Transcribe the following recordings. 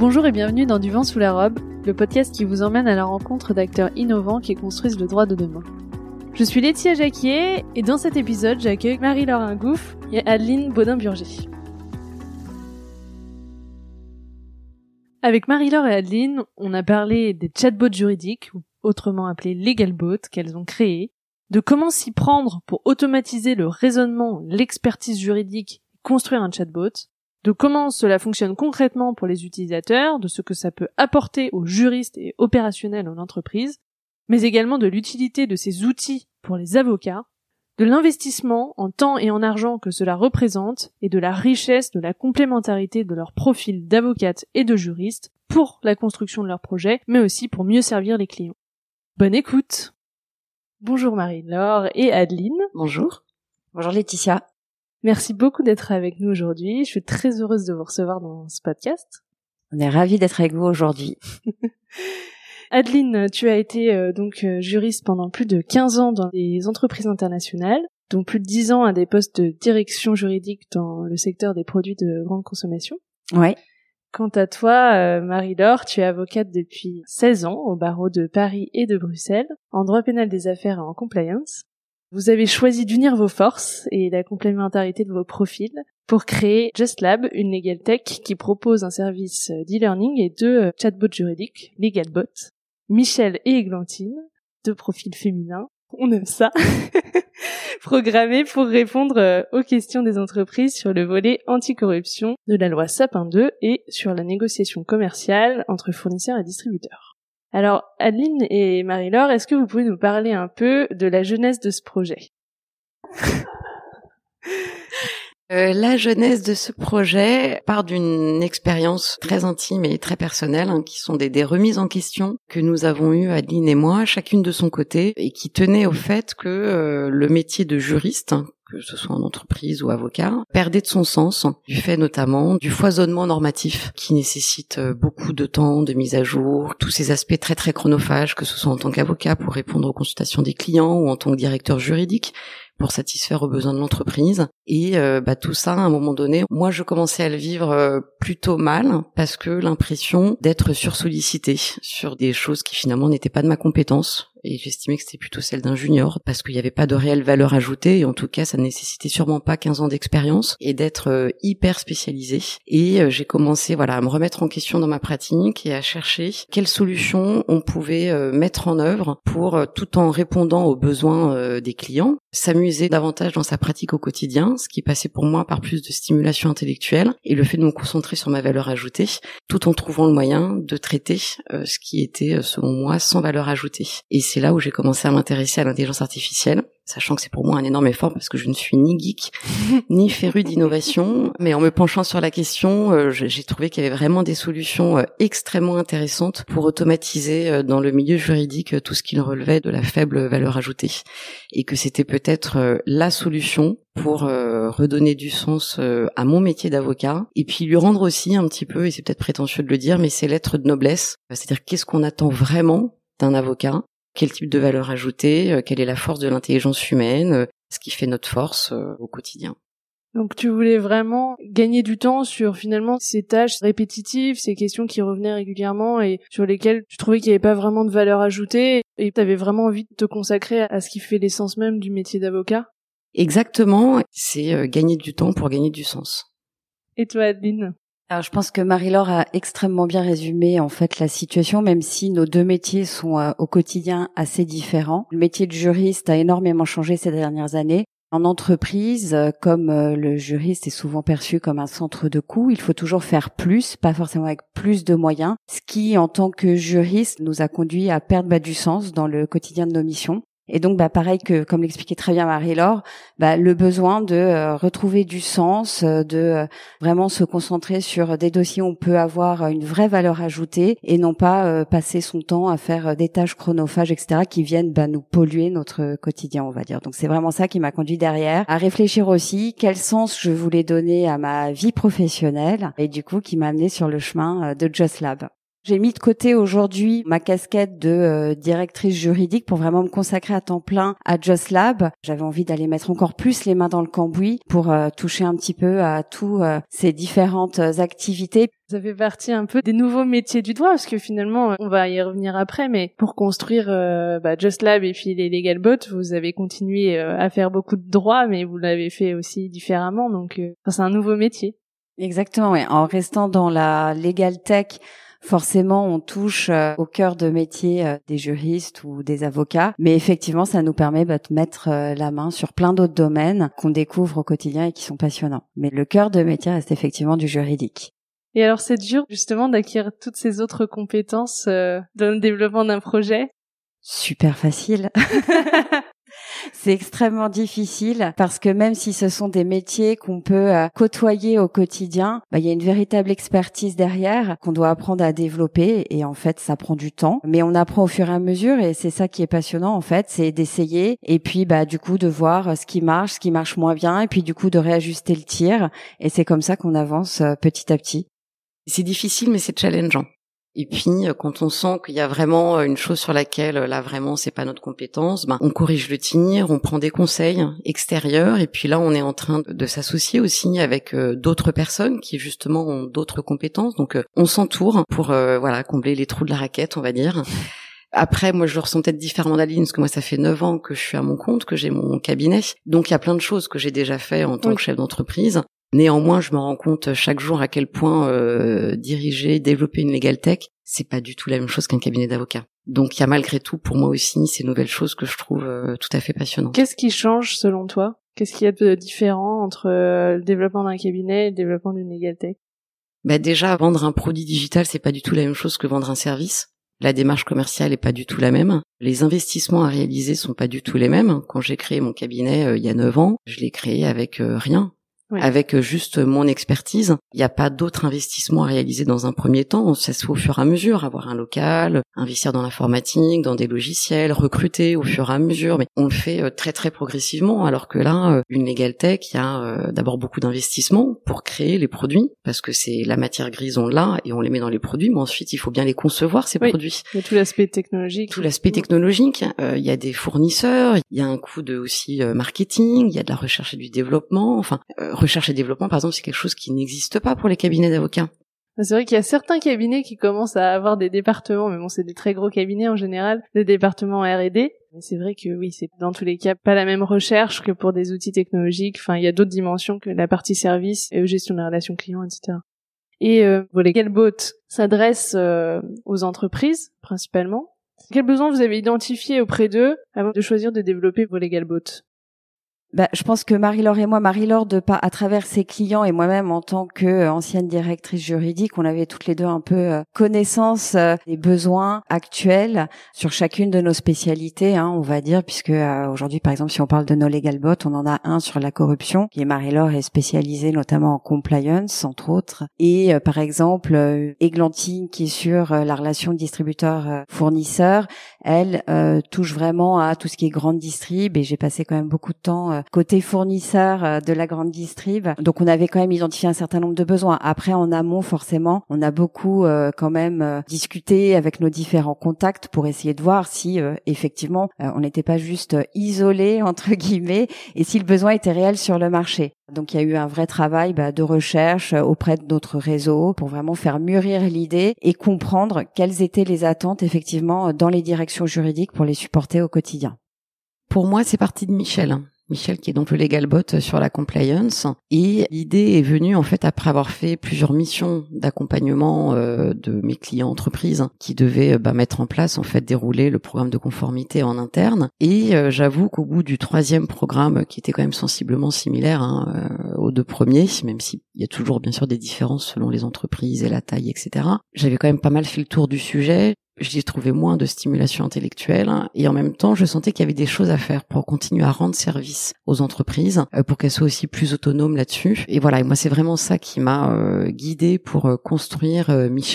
Bonjour et bienvenue dans Du vent sous la robe, le podcast qui vous emmène à la rencontre d'acteurs innovants qui construisent le droit de demain. Je suis Laetitia Jacquier et dans cet épisode, j'accueille Marie-Laure Ingouf et Adeline Baudin-Burger. Avec Marie-Laure et Adeline, on a parlé des chatbots juridiques, ou autrement appelés legal bots, qu'elles ont créés, de comment s'y prendre pour automatiser le raisonnement, l'expertise juridique et construire un chatbot, de comment cela fonctionne concrètement pour les utilisateurs, de ce que ça peut apporter aux juristes et opérationnels en entreprise, mais également de l'utilité de ces outils pour les avocats, de l'investissement en temps et en argent que cela représente et de la richesse de la complémentarité de leur profil d'avocate et de juriste pour la construction de leur projet, mais aussi pour mieux servir les clients. Bonne écoute! Bonjour Marie-Laure et Adeline. Bonjour. Bonjour Laetitia. Merci beaucoup d'être avec nous aujourd'hui. Je suis très heureuse de vous recevoir dans ce podcast. On est ravis d'être avec vous aujourd'hui. Adeline, tu as été juriste pendant plus de 15 ans dans des entreprises internationales, dont plus de 10 ans à des postes de direction juridique dans le secteur des produits de grande consommation. Ouais. Quant à toi, Marie-Laure, tu es avocate depuis 16 ans au barreau de Paris et de Bruxelles, en droit pénal des affaires et en compliance. Vous avez choisi d'unir vos forces et la complémentarité de vos profils pour créer JustLab, une legal tech qui propose un service d'e-learning et deux chatbots juridiques, LegalBot. Michel et Églantine, deux profils féminins, on aime ça, programmés pour répondre aux questions des entreprises sur le volet anticorruption de la loi Sapin 2 et sur la négociation commerciale entre fournisseurs et distributeurs. Alors, Adeline et Marie-Laure, est-ce que vous pouvez nous parler un peu de la genèse de ce projet ? La genèse de ce projet part d'une expérience très intime et très personnelle, qui sont des remises en question que nous avons eues, Adeline et moi, chacune de son côté, et qui tenaient au fait que le métier de juriste, que ce soit en entreprise ou avocat, perdait de son sens, du fait notamment du foisonnement normatif qui nécessite beaucoup de temps, de mise à jour, tous ces aspects très très chronophages, que ce soit en tant qu'avocat pour répondre aux consultations des clients ou en tant que directeur juridique pour satisfaire aux besoins de l'entreprise. Et tout ça, à un moment donné, moi je commençais à le vivre plutôt mal parce que l'impression d'être sursollicité sur des choses qui finalement n'étaient pas de ma compétence. Et j'estimais que c'était plutôt celle d'un junior, parce qu'il n'y avait pas de réelle valeur ajoutée, et en tout cas, ça ne nécessitait sûrement pas 15 ans d'expérience, et d'être hyper spécialisé. Et j'ai commencé à me remettre en question dans ma pratique, et à chercher quelles solutions on pouvait mettre en œuvre pour, tout en répondant aux besoins des clients, s'amuser davantage dans sa pratique au quotidien, ce qui passait pour moi par plus de stimulation intellectuelle, et le fait de me concentrer sur ma valeur ajoutée, tout en trouvant le moyen de traiter ce qui était, selon moi, sans valeur ajoutée. Et c'est là où j'ai commencé à m'intéresser à l'intelligence artificielle, sachant que c'est pour moi un énorme effort parce que je ne suis ni geek, ni féru d'innovation, mais en me penchant sur la question, j'ai trouvé qu'il y avait vraiment des solutions extrêmement intéressantes pour automatiser dans le milieu juridique tout ce qui relevait de la faible valeur ajoutée, et que c'était peut-être la solution pour redonner du sens à mon métier d'avocat, et puis lui rendre aussi un petit peu, et c'est peut-être prétentieux de le dire, mais c'est lettre de noblesse, c'est-à-dire qu'est-ce qu'on attend vraiment d'un avocat, quel type de valeur ajoutée, quelle est la force de l'intelligence humaine, ce qui fait notre force au quotidien. Donc tu voulais vraiment gagner du temps sur finalement ces tâches répétitives, ces questions qui revenaient régulièrement et sur lesquelles tu trouvais qu'il n'y avait pas vraiment de valeur ajoutée, et tu avais vraiment envie de te consacrer à ce qui fait l'essence même du métier d'avocat ? Exactement, c'est gagner du temps pour gagner du sens. Et toi, Adeline ? Alors, je pense que Marie-Laure a extrêmement bien résumé en fait la situation, même si nos deux métiers sont au quotidien assez différents. Le métier de juriste a énormément changé ces dernières années. En entreprise, comme le juriste est souvent perçu comme un centre de coût, il faut toujours faire plus, pas forcément avec plus de moyens, ce qui, en tant que juriste, nous a conduit à perdre du sens dans le quotidien de nos missions. Et donc, pareil que, comme l'expliquait très bien Marie-Laure, le besoin de retrouver du sens, de vraiment se concentrer sur des dossiers où on peut avoir une vraie valeur ajoutée et non pas passer son temps à faire des tâches chronophages, etc., qui viennent nous polluer notre quotidien, on va dire. Donc, c'est vraiment ça qui m'a conduit derrière à réfléchir aussi quel sens je voulais donner à ma vie professionnelle et du coup, qui m'a amené sur le chemin de JustLab. J'ai mis de côté aujourd'hui ma casquette de directrice juridique pour vraiment me consacrer à temps plein à Just Lab. J'avais envie d'aller mettre encore plus les mains dans le cambouis pour toucher un petit peu à tous ces différentes activités. Ça fait partie un peu des nouveaux métiers du droit, parce que finalement, on va y revenir après, mais pour construire Just Lab et puis les Legal Bots, vous avez continué à faire beaucoup de droit, mais vous l'avez fait aussi différemment, donc c'est un nouveau métier. Exactement, ouais. En restant dans la legal tech, forcément, on touche au cœur de métier des juristes ou des avocats, mais effectivement, ça nous permet de mettre la main sur plein d'autres domaines qu'on découvre au quotidien et qui sont passionnants. Mais le cœur de métier reste effectivement du juridique. Et alors, c'est dur justement d'acquérir toutes ces autres compétences dans le développement d'un projet? Super facile. C'est extrêmement difficile parce que même si ce sont des métiers qu'on peut côtoyer au quotidien, il y a une véritable expertise derrière qu'on doit apprendre à développer et en fait ça prend du temps. Mais on apprend au fur et à mesure et c'est ça qui est passionnant en fait, c'est d'essayer et puis du coup de voir ce qui marche moins bien et puis du coup de réajuster le tir et c'est comme ça qu'on avance petit à petit. C'est difficile mais c'est challengeant. Et puis, quand on sent qu'il y a vraiment une chose sur laquelle, là, vraiment, c'est pas notre compétence, on corrige le tir, on prend des conseils extérieurs, et puis là, on est en train de s'associer aussi avec d'autres personnes qui, justement, ont d'autres compétences. Donc, on s'entoure pour, combler les trous de la raquette, on va dire. Après, moi, je le ressens peut-être différemment d'Aline, parce que moi, ça fait 9 ans que je suis à mon compte, que j'ai mon cabinet. Donc, il y a plein de choses que j'ai déjà fait en tant que chef d'entreprise. Néanmoins, je me rends compte chaque jour à quel point diriger, développer une legal tech, c'est pas du tout la même chose qu'un cabinet d'avocats. Donc il y a malgré tout pour moi aussi ces nouvelles choses que je trouve tout à fait passionnantes. Qu'est-ce qui change selon toi? Qu'est-ce qu'il y a de différent entre le développement d'un cabinet et le développement d'une legal tech? Déjà, vendre un produit digital, c'est pas du tout la même chose que vendre un service. La démarche commerciale est pas du tout la même. Les investissements à réaliser sont pas du tout les mêmes. Quand j'ai créé mon cabinet il y a 9 ans, je l'ai créé avec rien. Oui. Avec juste mon expertise. Il n'y a pas d'autres investissements à réaliser dans un premier temps. Ça se fait au fur et à mesure, avoir un local, investir dans l'informatique, dans des logiciels, recruter au fur et à mesure. Mais on le fait très très progressivement. Alors que là, une legal tech, il y a d'abord beaucoup d'investissements pour créer les produits, parce que c'est la matière grise, on l'a et on les met dans les produits. Mais ensuite, il faut bien les concevoir ces produits. Il y a tout l'aspect technologique. Tout l'aspect technologique. Il y a des fournisseurs. Il y a un coût de aussi marketing. Il y a de la recherche et du développement. Enfin. Recherche et développement, par exemple, c'est quelque chose qui n'existe pas pour les cabinets d'avocats. C'est vrai qu'il y a certains cabinets qui commencent à avoir des départements, mais bon, c'est des très gros cabinets en général, des départements R&D. Mais c'est vrai que oui, c'est dans tous les cas pas la même recherche que pour des outils technologiques. Enfin, il y a d'autres dimensions que la partie service et gestion de la relation client, etc. Et les Legal Bots s'adressent aux entreprises, principalement. Quels besoins vous avez identifiés auprès d'eux avant de choisir de développer vos Legal Bots? Je pense que Marie-Laure et moi, Marie-Laure à travers ses clients et moi-même en tant que ancienne directrice juridique, on avait toutes les deux un peu connaissance des besoins actuels sur chacune de nos spécialités, on va dire, puisque aujourd'hui, par exemple, si on parle de nos Legal Bots, on en a un sur la corruption, qui est Marie-Laure est spécialisée notamment en compliance, entre autres, et par exemple, Églantine qui est sur la relation distributeur-fournisseur, elle touche vraiment à tout ce qui est grande distrib, et j'ai passé quand même beaucoup de temps côté fournisseur de la grande distrib. Donc on avait quand même identifié un certain nombre de besoins. Après en amont forcément, on a beaucoup quand même discuté avec nos différents contacts pour essayer de voir si effectivement on n'était pas juste isolé entre guillemets et si le besoin était réel sur le marché. Donc il y a eu un vrai travail de recherche auprès de notre réseau pour vraiment faire mûrir l'idée et comprendre quelles étaient les attentes effectivement dans les directions juridiques pour les supporter au quotidien. Pour moi, c'est parti de Michel qui est donc le Legal Bot sur la compliance. Et l'idée est venue en fait après avoir fait plusieurs missions d'accompagnement de mes clients entreprises qui devaient mettre en place, en fait, dérouler le programme de conformité en interne. Et j'avoue qu'au bout du 3e programme, qui était quand même sensiblement similaire aux 2 premiers, même s'il y a toujours bien sûr des différences selon les entreprises et la taille, etc., j'avais quand même pas mal fait le tour du sujet. J'y trouvais moins de stimulation intellectuelle et en même temps, je sentais qu'il y avait des choses à faire pour continuer à rendre service aux entreprises, pour qu'elles soient aussi plus autonomes là-dessus. Et voilà, et moi, c'est vraiment ça qui m'a guidée pour construire Michel.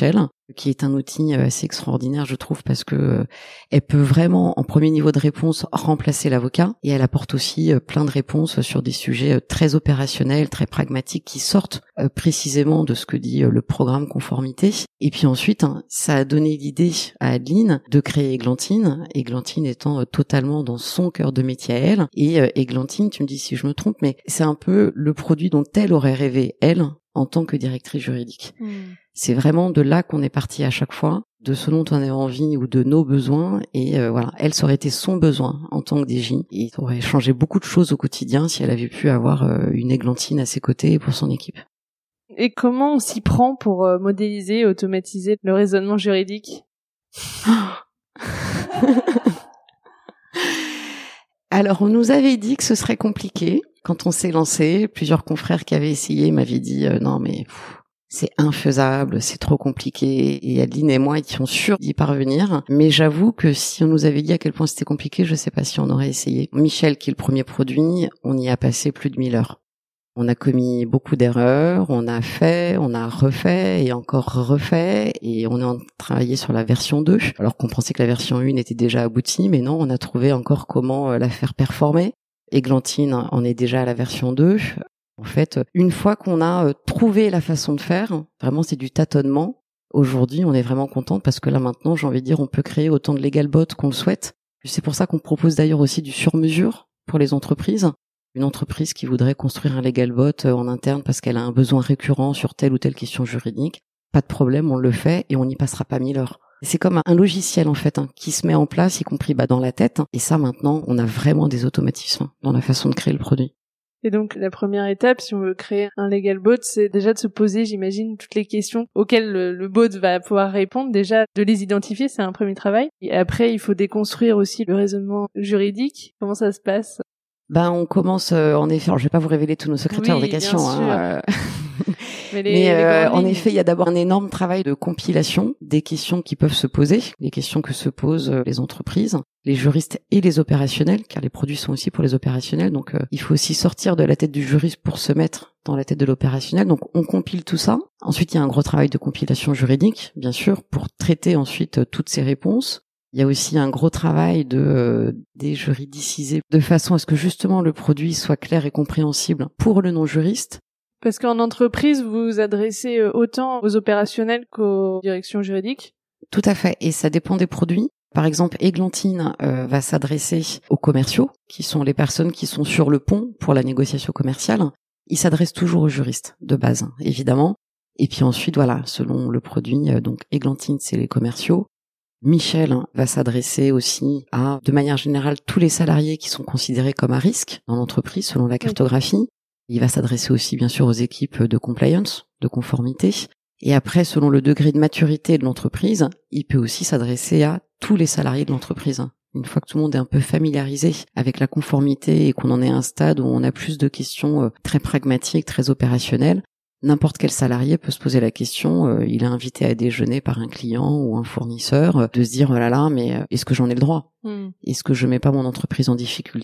qui est un outil assez extraordinaire, je trouve, parce que elle peut vraiment, en premier niveau de réponse, remplacer l'avocat, et elle apporte aussi plein de réponses sur des sujets très opérationnels, très pragmatiques, qui sortent précisément de ce que dit le programme conformité. Et puis ensuite, ça a donné l'idée à Adeline de créer Églantine, Églantine étant totalement dans son cœur de métier à elle. Et Églantine, tu me dis si je me trompe, mais c'est un peu le produit dont elle aurait rêvé, elle, en tant que directrice juridique. C'est vraiment de là qu'on est parti à chaque fois, de ce dont on avait envie ou de nos besoins, et voilà, elle, ça aurait été son besoin en tant que DJ, et ça aurait changé beaucoup de choses au quotidien si elle avait pu avoir une Églantine à ses côtés pour son équipe. Et comment on s'y prend pour modéliser, automatiser le raisonnement juridique? Alors, on nous avait dit que ce serait compliqué quand on s'est lancé. Plusieurs confrères qui avaient essayé m'avaient dit non mais c'est infaisable, c'est trop compliqué. Et Adeline et moi étions sûrs d'y parvenir. Mais j'avoue que si on nous avait dit à quel point c'était compliqué, je sais pas si on aurait essayé. Michel, qui est le premier produit, on y a passé plus de 1000 heures. On a commis beaucoup d'erreurs, on a fait, on a refait et encore refait, et on est en train de travailler sur la version 2, alors qu'on pensait que la version 1 était déjà aboutie, mais non, on a trouvé encore comment la faire performer. Églantine en est déjà à la version 2. En fait, une fois qu'on a trouvé la façon de faire, vraiment c'est du tâtonnement. Aujourd'hui, on est vraiment contente parce que là maintenant, j'ai envie de dire, on peut créer autant de legal bots qu'on le souhaite. C'est pour ça qu'on propose d'ailleurs aussi du sur-mesure pour les entreprises. Une entreprise qui voudrait construire un legal bot en interne parce qu'elle a un besoin récurrent sur telle ou telle question juridique, pas de problème, on le fait et on n'y passera pas 1000 heures. C'est comme un logiciel en fait qui se met en place, y compris dans la tête. Et ça maintenant, on a vraiment des automatismes dans la façon de créer le produit. Et donc la première étape, si on veut créer un legal bot, c'est déjà de se poser, j'imagine, toutes les questions auxquelles le bot va pouvoir répondre. Déjà, de les identifier, c'est un premier travail. Et après, il faut déconstruire aussi le raisonnement juridique. Comment ça se passe ? On commence en effet. Alors, je vais pas vous révéler tous nos secrets de fabrication. Mais en effet, il y a d'abord un énorme travail de compilation des questions qui peuvent se poser, les questions que se posent les entreprises, les juristes et les opérationnels, car les produits sont aussi pour les opérationnels. Donc, il faut aussi sortir de la tête du juriste pour se mettre dans la tête de l'opérationnel. Donc, on compile tout ça. Ensuite, il y a un gros travail de compilation juridique, bien sûr, pour traiter ensuite toutes ces réponses. Il y a aussi un gros travail de déjuridiciser de façon à ce que justement le produit soit clair et compréhensible pour le non-juriste. Parce qu'en entreprise, vous vous adressez autant aux opérationnels qu'aux directions juridiques ? Tout à fait, et ça dépend des produits. Par exemple, Églantine va s'adresser aux commerciaux, qui sont les personnes qui sont sur le pont pour la négociation commerciale. Ils s'adressent toujours aux juristes, de base, évidemment. Et puis ensuite, voilà, selon le produit, donc Églantine, c'est les commerciaux. Michel va s'adresser aussi à, de manière générale, tous les salariés qui sont considérés comme à risque dans l'entreprise selon la cartographie. Il va s'adresser aussi, bien sûr, aux équipes de compliance, de conformité. Et après, selon le degré de maturité de l'entreprise, il peut aussi s'adresser à tous les salariés de l'entreprise. Une fois que tout le monde est un peu familiarisé avec la conformité et qu'on en est à un stade où on a plus de questions très pragmatiques, très opérationnelles, n'importe quel salarié peut se poser la question, il est invité à déjeuner par un client ou un fournisseur, de se dire, oh là là, mais est-ce que j'en ai le droit ? Est-ce que je mets pas mon entreprise en difficulté ?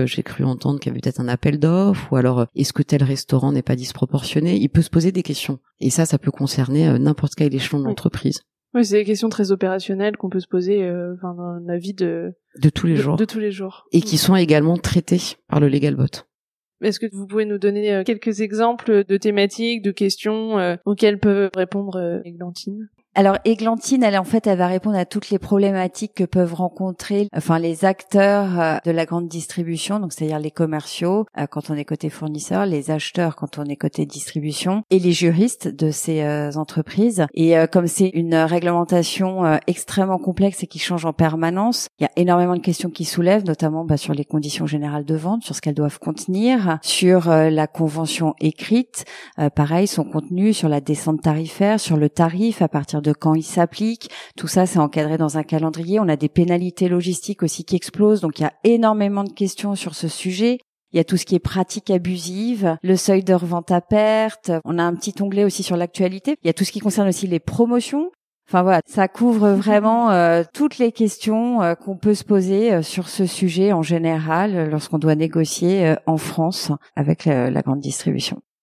J'ai cru entendre qu'il y avait peut-être un appel d'offres, ou alors est-ce que tel restaurant n'est pas disproportionné ? Il peut se poser des questions. Et ça peut concerner n'importe quel échelon de l'entreprise. Oui, c'est des questions très opérationnelles qu'on peut se poser dans la vie de tous les jours. De tous les jours. Et qui sont également traitées par le Legal Bot. Est-ce que vous pouvez nous donner quelques exemples de thématiques, de questions auxquelles peut répondre Églantine ? Alors Églantine, elle va répondre à toutes les problématiques que peuvent rencontrer les acteurs de la grande distribution, donc c'est-à-dire les commerciaux quand on est côté fournisseur, les acheteurs quand on est côté distribution et les juristes de ces entreprises. Et comme c'est une réglementation extrêmement complexe et qui change en permanence, il y a énormément de questions qui soulèvent, notamment sur les conditions générales de vente, sur ce qu'elles doivent contenir, sur la convention écrite, pareil, son contenu, sur la descente tarifaire, sur le tarif à partir de quand il s'applique. Tout ça, c'est encadré dans un calendrier. On a des pénalités logistiques aussi qui explosent. Donc, il y a énormément de questions sur ce sujet. Il y a tout ce qui est pratique abusive, le seuil de revente à perte. On a un petit onglet aussi sur l'actualité. Il y a tout ce qui concerne aussi les promotions. Enfin voilà, ça couvre vraiment toutes les questions qu'on peut se poser sur ce sujet en général lorsqu'on doit négocier en France avec la grande distribution.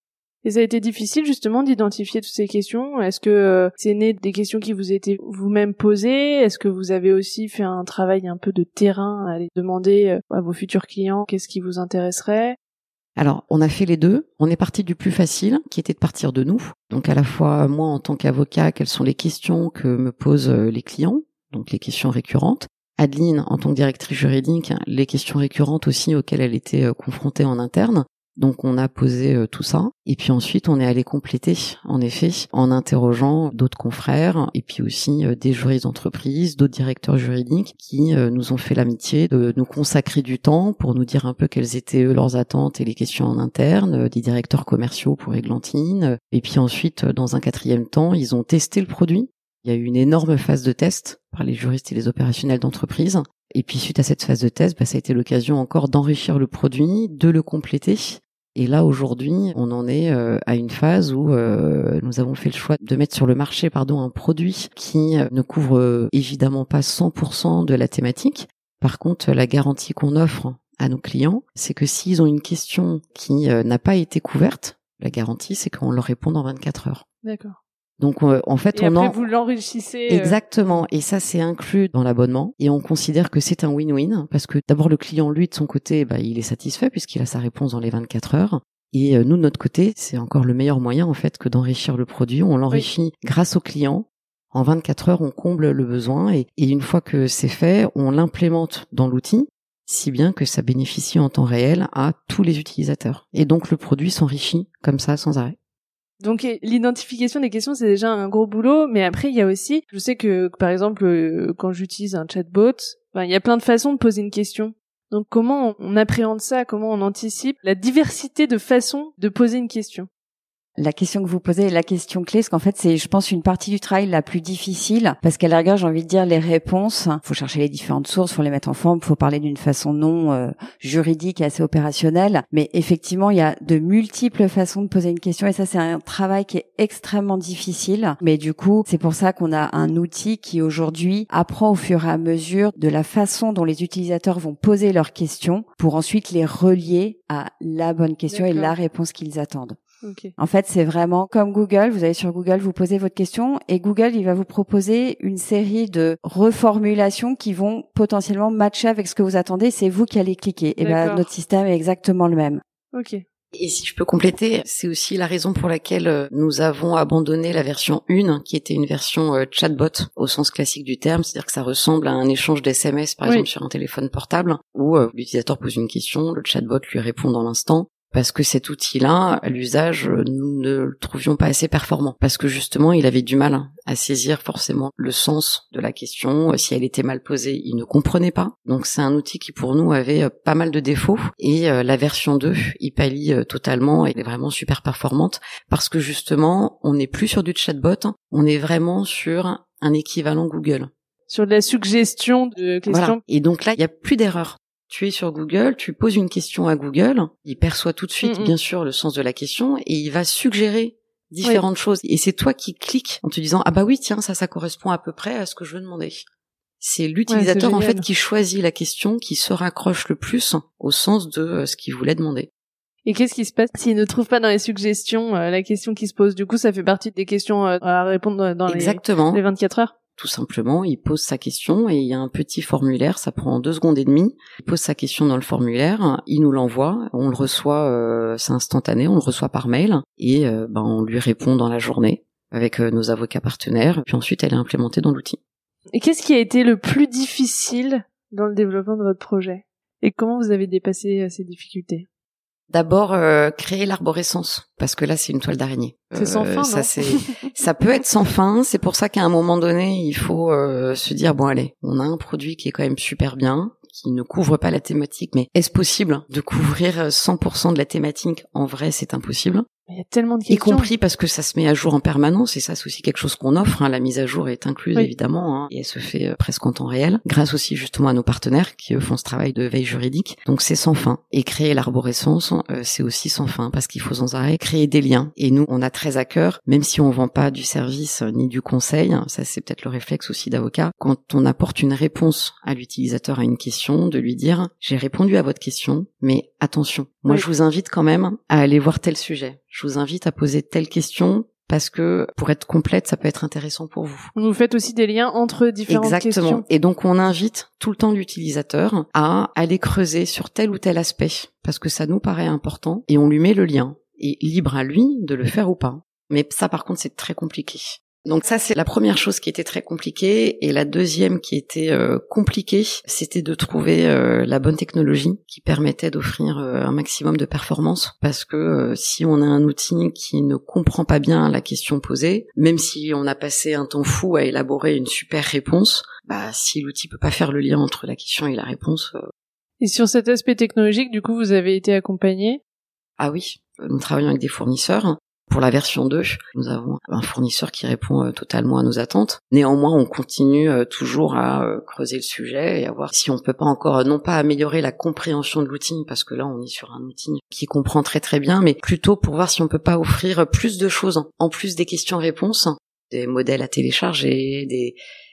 Et ça a été difficile justement d'identifier toutes ces questions. Est-ce que c'est né des questions qui vous étaient vous-même posées? Est-ce que vous avez aussi fait un travail un peu de terrain, à aller demander à vos futurs clients qu'est-ce qui vous intéresserait? Alors, on a fait les deux. On est parti du plus facile, qui était de partir de nous. Donc, à la fois, moi, en tant qu'avocat, quelles sont les questions que me posent les clients, donc les questions récurrentes. Adeline, en tant que directrice juridique, les questions récurrentes aussi auxquelles elle était confrontée en interne. Donc on a posé tout ça et puis ensuite on est allé compléter en effet en interrogeant d'autres confrères et puis aussi des juristes d'entreprise, d'autres directeurs juridiques qui nous ont fait l'amitié de nous consacrer du temps pour nous dire un peu quelles étaient leurs attentes et les questions en interne, des directeurs commerciaux pour Églantine et puis ensuite dans un 4e temps ils ont testé le produit. Il y a eu une énorme phase de test par les juristes et les opérationnels d'entreprise. Et puis suite à cette phase de test, ça a été l'occasion encore d'enrichir le produit, de le compléter. Et là, aujourd'hui, on en est à une phase où nous avons fait le choix de mettre sur le marché un produit qui ne couvre évidemment pas 100% de la thématique. Par contre, la garantie qu'on offre à nos clients, c'est que s'ils ont une question qui n'a pas été couverte, la garantie, c'est qu'on leur répond en 24 heures. D'accord. Donc en fait, et après vous l'enrichissez. Exactement, et ça c'est inclus dans l'abonnement et on considère que c'est un win-win parce que d'abord le client lui de son côté, il est satisfait puisqu'il a sa réponse dans les 24 heures et nous de notre côté, c'est encore le meilleur moyen en fait que d'enrichir le produit, on l'enrichit grâce au client. En 24 heures, on comble le besoin et une fois que c'est fait, on l'implémente dans l'outil si bien que ça bénéficie en temps réel à tous les utilisateurs. Et donc le produit s'enrichit comme ça sans arrêt. Donc l'identification des questions, c'est déjà un gros boulot, mais après il y a aussi, je sais que par exemple quand j'utilise un chatbot, il y a plein de façons de poser une question. Donc comment on appréhende ça, comment on anticipe la diversité de façons de poser une question? La question que vous posez est la question clé, parce qu'en fait, c'est, je pense, une partie du travail la plus difficile, parce qu'à la rigueur, j'ai envie de dire, les réponses, faut chercher les différentes sources, faut les mettre en forme, faut parler d'une façon non juridique et assez opérationnelle, mais effectivement, il y a de multiples façons de poser une question, et ça, c'est un travail qui est extrêmement difficile, mais du coup, c'est pour ça qu'on a un outil qui, aujourd'hui, apprend au fur et à mesure de la façon dont les utilisateurs vont poser leurs questions, pour ensuite les relier à la bonne question et la réponse qu'ils attendent. Okay. En fait, c'est vraiment comme Google. Vous allez sur Google, vous posez votre question et Google, il va vous proposer une série de reformulations qui vont potentiellement matcher avec ce que vous attendez. C'est vous qui allez cliquer. Et notre système est exactement le même. Ok. Et si je peux compléter, c'est aussi la raison pour laquelle nous avons abandonné la version 1, qui était une version chatbot au sens classique du terme, c'est-à-dire que ça ressemble à un échange d'SMS, par exemple sur un téléphone portable, où l'utilisateur pose une question, le chatbot lui répond dans l'instant. Parce que cet outil-là, à l'usage, nous ne le trouvions pas assez performant. Parce que justement, il avait du mal à saisir forcément le sens de la question. Si elle était mal posée, il ne comprenait pas. Donc c'est un outil qui pour nous avait pas mal de défauts. Et la version 2, il pallie totalement, elle est vraiment super performante. Parce que justement, on n'est plus sur du chatbot, on est vraiment sur un équivalent Google. Sur de la suggestion de questions. Voilà. Et donc là, il n'y a plus d'erreur. Tu es sur Google, tu poses une question à Google, il perçoit tout de suite, bien sûr, le sens de la question et il va suggérer différentes choses. Et c'est toi qui cliques en te disant « Ah bah oui, tiens, ça correspond à peu près à ce que je veux demander ». C'est l'utilisateur, en fait, qui choisit la question qui se raccroche le plus au sens de ce qu'il voulait demander. Et qu'est-ce qui se passe s'il ne trouve pas dans les suggestions la question qui se pose? Du coup, ça fait partie des questions à répondre dans les 24 heures? Tout simplement, il pose sa question et il y a un petit formulaire, ça prend 2 secondes et demie. Il pose sa question dans le formulaire, il nous l'envoie, on le reçoit, c'est instantané, on le reçoit par mail et on lui répond dans la journée avec nos avocats partenaires. Puis ensuite, elle est implémentée dans l'outil. Et qu'est-ce qui a été le plus difficile dans le développement de votre projet? Et comment vous avez dépassé ces difficultés? D'abord, créer l'arborescence, parce que là, c'est une toile d'araignée. C'est sans fin, non? Ça peut être sans fin, c'est pour ça qu'à un moment donné, il faut se dire, bon allez, on a un produit qui est quand même super bien, qui ne couvre pas la thématique, mais est-ce possible de couvrir 100% de la thématique? En vrai, c'est impossible. Il y a tellement de questions. Y compris parce que ça se met à jour en permanence, et ça, c'est aussi quelque chose qu'on offre. La mise à jour est incluse, évidemment, et elle se fait presque en temps réel, grâce aussi justement à nos partenaires qui, eux, font ce travail de veille juridique. Donc c'est sans fin. Et créer l'arborescence, c'est aussi sans fin, parce qu'il faut sans arrêt créer des liens. Et nous, on a très à cœur, même si on vend pas du service ni du conseil, ça c'est peut-être le réflexe aussi d'avocat, quand on apporte une réponse à l'utilisateur à une question, de lui dire « J'ai répondu à votre question, mais attention, moi je vous invite quand même à aller voir tel sujet ». je vous invite à poser telle question parce que pour être complète, ça peut être intéressant pour vous. Vous faites aussi des liens entre différentes questions. Exactement. Et donc on invite tout le temps l'utilisateur à aller creuser sur tel ou tel aspect parce que ça nous paraît important et on lui met le lien. Et libre à lui de le faire ou pas. Mais ça par contre c'est très compliqué. Donc ça c'est la première chose qui était très compliquée et la deuxième qui était compliquée, c'était de trouver la bonne technologie qui permettait d'offrir un maximum de performance parce que si on a un outil qui ne comprend pas bien la question posée, même si on a passé un temps fou à élaborer une super réponse, si l'outil peut pas faire le lien entre la question et la réponse. Et sur cet aspect technologique, du coup, vous avez été accompagné? Ah oui, nous travaillons avec des fournisseurs. Pour la version 2, nous avons un fournisseur qui répond totalement à nos attentes. Néanmoins, on continue toujours à creuser le sujet et à voir si on peut pas encore, non pas améliorer la compréhension de l'outil, parce que là, on est sur un outil qui comprend très très bien, mais plutôt pour voir si on peut pas offrir plus de choses, en plus des questions-réponses, des modèles à télécharger, des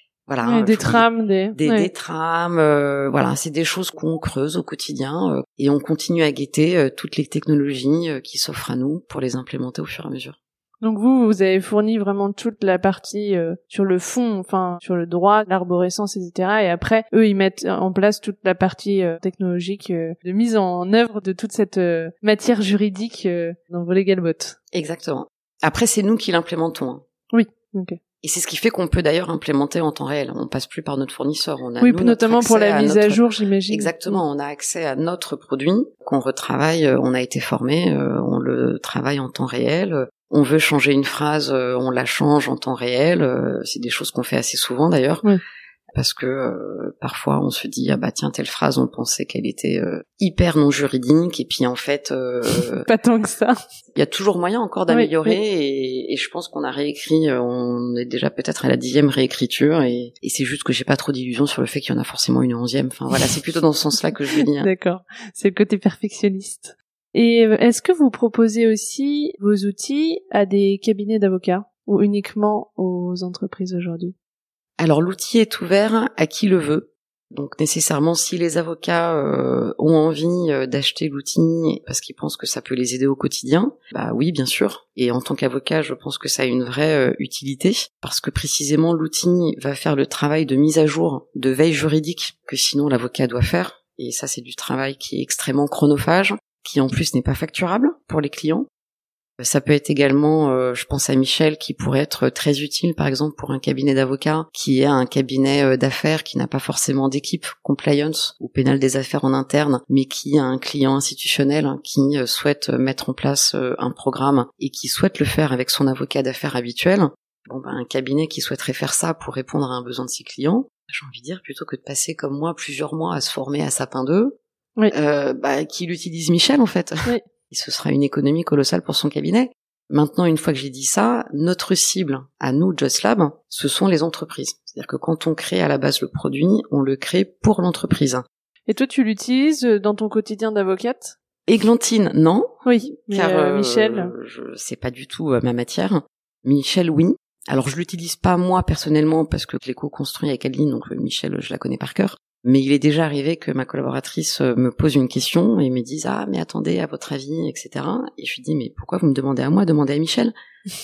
trames, des trames, voilà, c'est des choses qu'on creuse au quotidien et on continue à guetter toutes les technologies qui s'offrent à nous pour les implémenter au fur et à mesure. Donc vous avez fourni vraiment toute la partie sur le fond, enfin sur le droit, l'arborescence, etc. Et après, eux, ils mettent en place toute la partie technologique de mise en œuvre de toute cette matière juridique dans vos LegalBot. Exactement. Après, c'est nous qui l'implémentons. Hein. Oui, ok. Et c'est ce qui fait qu'on peut d'ailleurs implémenter en temps réel. On passe plus par notre fournisseur. On a, oui, notamment pour la mise à jour, j'imagine. Exactement. On a accès à notre produit qu'on retravaille. On a été formé. On le travaille en temps réel. On veut changer une phrase, on la change en temps réel. C'est des choses qu'on fait assez souvent d'ailleurs. Oui. Parce que parfois on se dit tiens, telle phrase on pensait qu'elle était hyper non juridique et puis en fait pas tant que ça. Il y a toujours moyen encore d'améliorer et je pense qu'on a réécrit, on est déjà peut-être à la 10e réécriture et c'est juste que j'ai pas trop d'illusions sur le fait qu'il y en a forcément une 11e. Enfin voilà, c'est plutôt dans ce sens-là que je veux dire. D'accord, c'est le côté perfectionniste. Et est-ce que vous proposez aussi vos outils à des cabinets d'avocats ou uniquement aux entreprises aujourd'hui? Alors l'outil est ouvert à qui le veut. Donc nécessairement, si les avocats ont envie d'acheter l'outil parce qu'ils pensent que ça peut les aider au quotidien, oui, bien sûr. Et en tant qu'avocat, je pense que ça a une vraie utilité parce que précisément l'outil va faire le travail de mise à jour, de veille juridique que sinon l'avocat doit faire. Et ça, c'est du travail qui est extrêmement chronophage, qui en plus n'est pas facturable pour les clients. Ça peut être également, je pense à Michel, qui pourrait être très utile, par exemple, pour un cabinet d'avocats qui est un cabinet d'affaires qui n'a pas forcément d'équipe compliance ou pénal des affaires en interne, mais qui a un client institutionnel qui souhaite mettre en place un programme et qui souhaite le faire avec son avocat d'affaires habituel. Un cabinet qui souhaiterait faire ça pour répondre à un besoin de ses clients, j'ai envie de dire, plutôt que de passer comme moi plusieurs mois à se former à Sapin 2, oui. Qu'il utilise Michel en fait. Oui. Et ce sera une économie colossale pour son cabinet. Maintenant, une fois que j'ai dit ça, notre cible, à nous, JustLab, ce sont les entreprises. C'est-à-dire que quand on crée à la base le produit, on le crée pour l'entreprise. Et toi, tu l'utilises dans ton quotidien d'avocate? Églantine, non. Oui, mais car Michel, c'est pas du tout ma matière. Michel, oui. Alors, je l'utilise pas moi personnellement parce que je l'ai co-construit avec Adeline, donc Michel, je la connais par cœur. Mais il est déjà arrivé que ma collaboratrice me pose une question et me dise mais attendez, à votre avis, etc. Et je lui dis mais pourquoi vous me demandez à moi, demandez à Michel.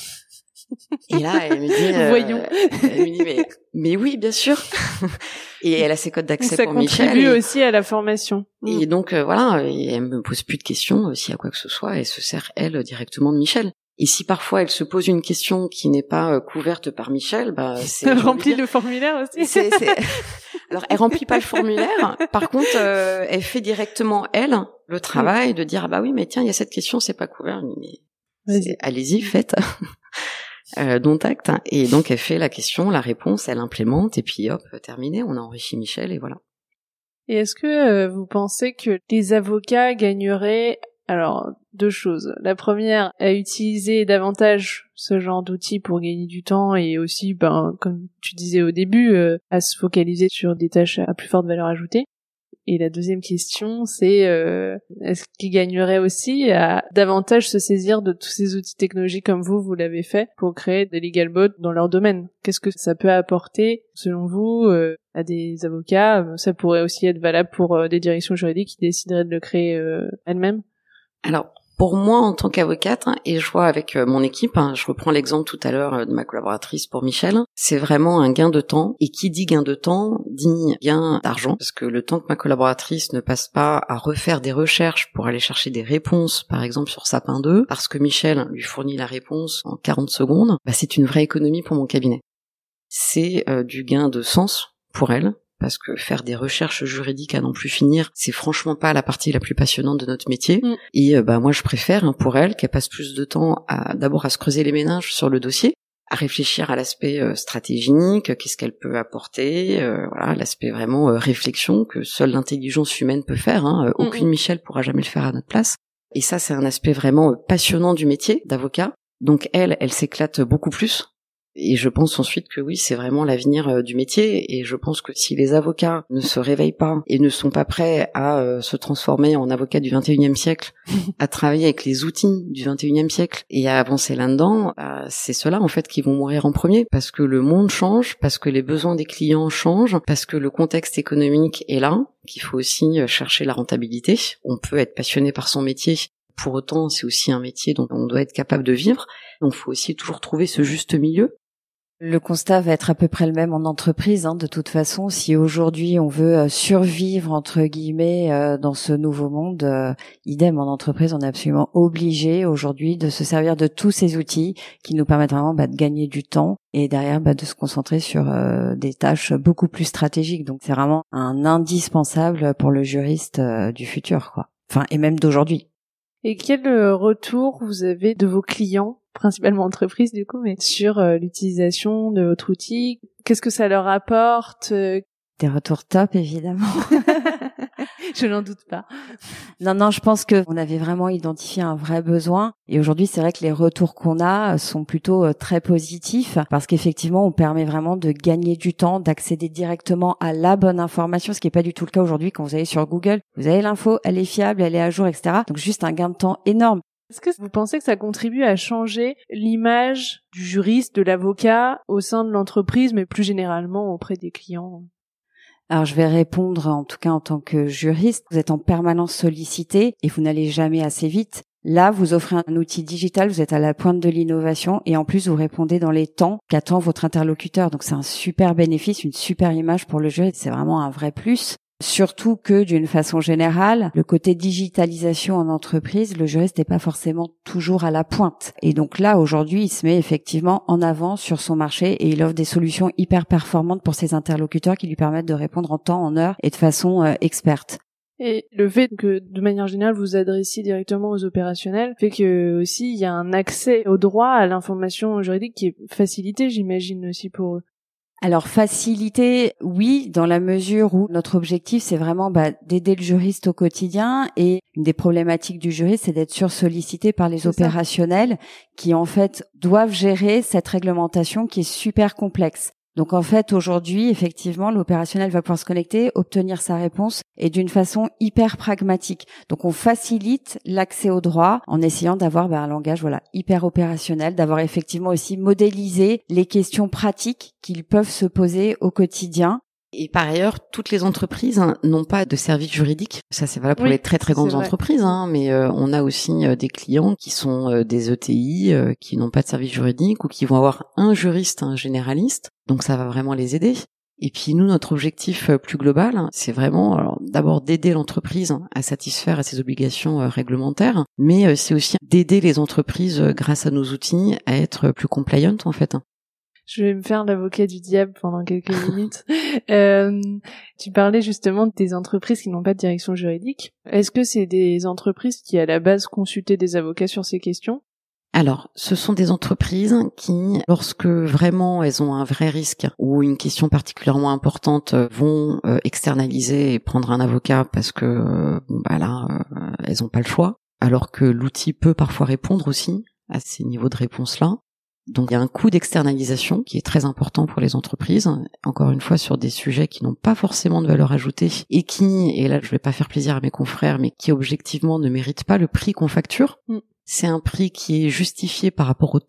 Et là elle me dit voyons. Elle me dit mais oui bien sûr. Et elle a ses codes d'accès pour Michel. Ça contribue aussi à la formation. Et donc voilà, et elle me pose plus de questions s'il y a quoi que ce soit, elle se sert elle directement de Michel. Et si parfois elle se pose une question qui n'est pas couverte par Michel, c'est elle remplit le formulaire aussi. Alors elle remplit pas le formulaire, par contre elle fait directement elle le travail de dire oui mais tiens il y a cette question c'est pas couvert, mais allez-y faites. Don't act. Et donc elle fait la question, la réponse, elle implémente et puis hop terminé, on a enrichi Michel et voilà. Et est-ce que vous pensez que les avocats gagneraient alors, 2 choses. La première, à utiliser davantage ce genre d'outils pour gagner du temps et aussi, comme tu disais au début, à se focaliser sur des tâches à plus forte valeur ajoutée. Et la deuxième question, c'est est-ce qu'ils gagneraient aussi à davantage se saisir de tous ces outils technologiques comme vous l'avez fait pour créer des LegalBot dans leur domaine? Qu'est-ce que ça peut apporter, selon vous, à des avocats? Ça pourrait aussi être valable pour des directions juridiques qui décideraient de le créer elles-mêmes. Alors, Pour moi, en tant qu'avocate, et je vois avec mon équipe, je reprends l'exemple tout à l'heure de ma collaboratrice pour Michel, c'est vraiment un gain de temps. Et qui dit gain de temps, dit gain d'argent. Parce que le temps que ma collaboratrice ne passe pas à refaire des recherches pour aller chercher des réponses, par exemple sur Sapin 2, parce que Michel lui fournit la réponse en 40 secondes, c'est une vraie économie pour mon cabinet. C'est du gain de sens pour elle. Parce que faire des recherches juridiques à n'en plus finir, c'est franchement pas la partie la plus passionnante de notre métier. Et moi, je préfère pour elle qu'elle passe plus de temps d'abord à se creuser les méninges sur le dossier, à réfléchir à l'aspect stratégique, qu'est-ce qu'elle peut apporter, l'aspect vraiment réflexion que seule l'intelligence humaine peut faire. Aucune Michel pourra jamais le faire à notre place. Et ça, c'est un aspect vraiment passionnant du métier d'avocat. Donc elle s'éclate beaucoup plus. Et je pense ensuite que oui, c'est vraiment l'avenir du métier, et je pense que si les avocats ne se réveillent pas et ne sont pas prêts à se transformer en avocats du 21e siècle, à travailler avec les outils du 21e siècle et à avancer là-dedans, c'est ceux-là en fait qui vont mourir en premier, parce que le monde change, parce que les besoins des clients changent, parce que le contexte économique est là, qu'il faut aussi chercher la rentabilité. On peut être passionné par son métier, pour autant c'est aussi un métier dont on doit être capable de vivre, donc il faut aussi toujours trouver ce juste milieu. Le constat va être à peu près le même en entreprise, de toute façon. Si aujourd'hui on veut survivre entre guillemets dans ce nouveau monde, idem en entreprise, on est absolument obligé aujourd'hui de se servir de tous ces outils qui nous permettent vraiment de gagner du temps et derrière de se concentrer sur des tâches beaucoup plus stratégiques. Donc c'est vraiment un indispensable pour le juriste du futur, quoi. Enfin, et même d'aujourd'hui. Et quel retour vous avez de vos clients, principalement entreprises du coup, mais sur l'utilisation de votre outil? Qu'est-ce que ça leur apporte? Des retours top, évidemment. Je n'en doute pas. Non, je pense qu'on avait vraiment identifié un vrai besoin. Et aujourd'hui, c'est vrai que les retours qu'on a sont plutôt très positifs, parce qu'effectivement, on permet vraiment de gagner du temps, d'accéder directement à la bonne information, ce qui n'est pas du tout le cas aujourd'hui quand vous allez sur Google. Vous avez l'info, elle est fiable, elle est à jour, etc. Donc juste un gain de temps énorme. Est-ce que vous pensez que ça contribue à changer l'image du juriste, de l'avocat au sein de l'entreprise, mais plus généralement auprès des clients? Alors je vais répondre en tout cas en tant que juriste. Vous êtes en permanence sollicité et vous n'allez jamais assez vite. Là, vous offrez un outil digital, vous êtes à la pointe de l'innovation et en plus vous répondez dans les temps qu'attend votre interlocuteur. Donc c'est un super bénéfice, une super image pour le juriste. C'est vraiment un vrai plus. Surtout que d'une façon générale, le côté digitalisation en entreprise, le juriste n'est pas forcément toujours à la pointe. Et donc là, aujourd'hui, il se met effectivement en avant sur son marché et il offre des solutions hyper performantes pour ses interlocuteurs qui lui permettent de répondre en temps, en heure et de façon experte. Et le fait que, de manière générale, vous adressiez directement aux opérationnels fait que aussi il y a un accès au droit, à l'information juridique qui est facilité, j'imagine, aussi pour eux. Alors faciliter, oui, dans la mesure où notre objectif c'est vraiment d'aider le juriste au quotidien, et une des problématiques du juriste c'est d'être sursollicité par les opérationnels qui en fait doivent gérer cette réglementation qui est super complexe. Donc en fait aujourd'hui effectivement l'opérationnel va pouvoir se connecter, obtenir sa réponse et d'une façon hyper pragmatique. Donc on facilite l'accès au droit en essayant d'avoir un langage hyper opérationnel, d'avoir effectivement aussi modélisé les questions pratiques qu'ils peuvent se poser au quotidien. Et par ailleurs, toutes les entreprises n'ont pas de service juridique. Ça, c'est valable pour les très très grandes entreprises, mais on a aussi des clients qui sont des ETI qui n'ont pas de service juridique ou qui vont avoir un juriste, un généraliste. Donc ça va vraiment les aider. Et puis nous, notre objectif plus global, c'est vraiment d'abord d'aider l'entreprise à satisfaire à ses obligations réglementaires, mais c'est aussi d'aider les entreprises grâce à nos outils à être plus compliant en fait. Je vais me faire l'avocat du diable pendant quelques minutes. Tu parlais justement des entreprises qui n'ont pas de direction juridique. Est-ce que c'est des entreprises qui, à la base, consultaient des avocats sur ces questions? Alors, ce sont des entreprises qui, lorsque vraiment elles ont un vrai risque ou une question particulièrement importante, vont externaliser et prendre un avocat parce que elles n'ont pas le choix, alors que l'outil peut parfois répondre aussi à ces niveaux de réponse-là. Donc il y a un coût d'externalisation qui est très important pour les entreprises, encore une fois sur des sujets qui n'ont pas forcément de valeur ajoutée et qui, et là je vais pas faire plaisir à mes confrères, mais qui objectivement ne méritent pas le prix qu'on facture. C'est un prix qui est justifié par rapport au temps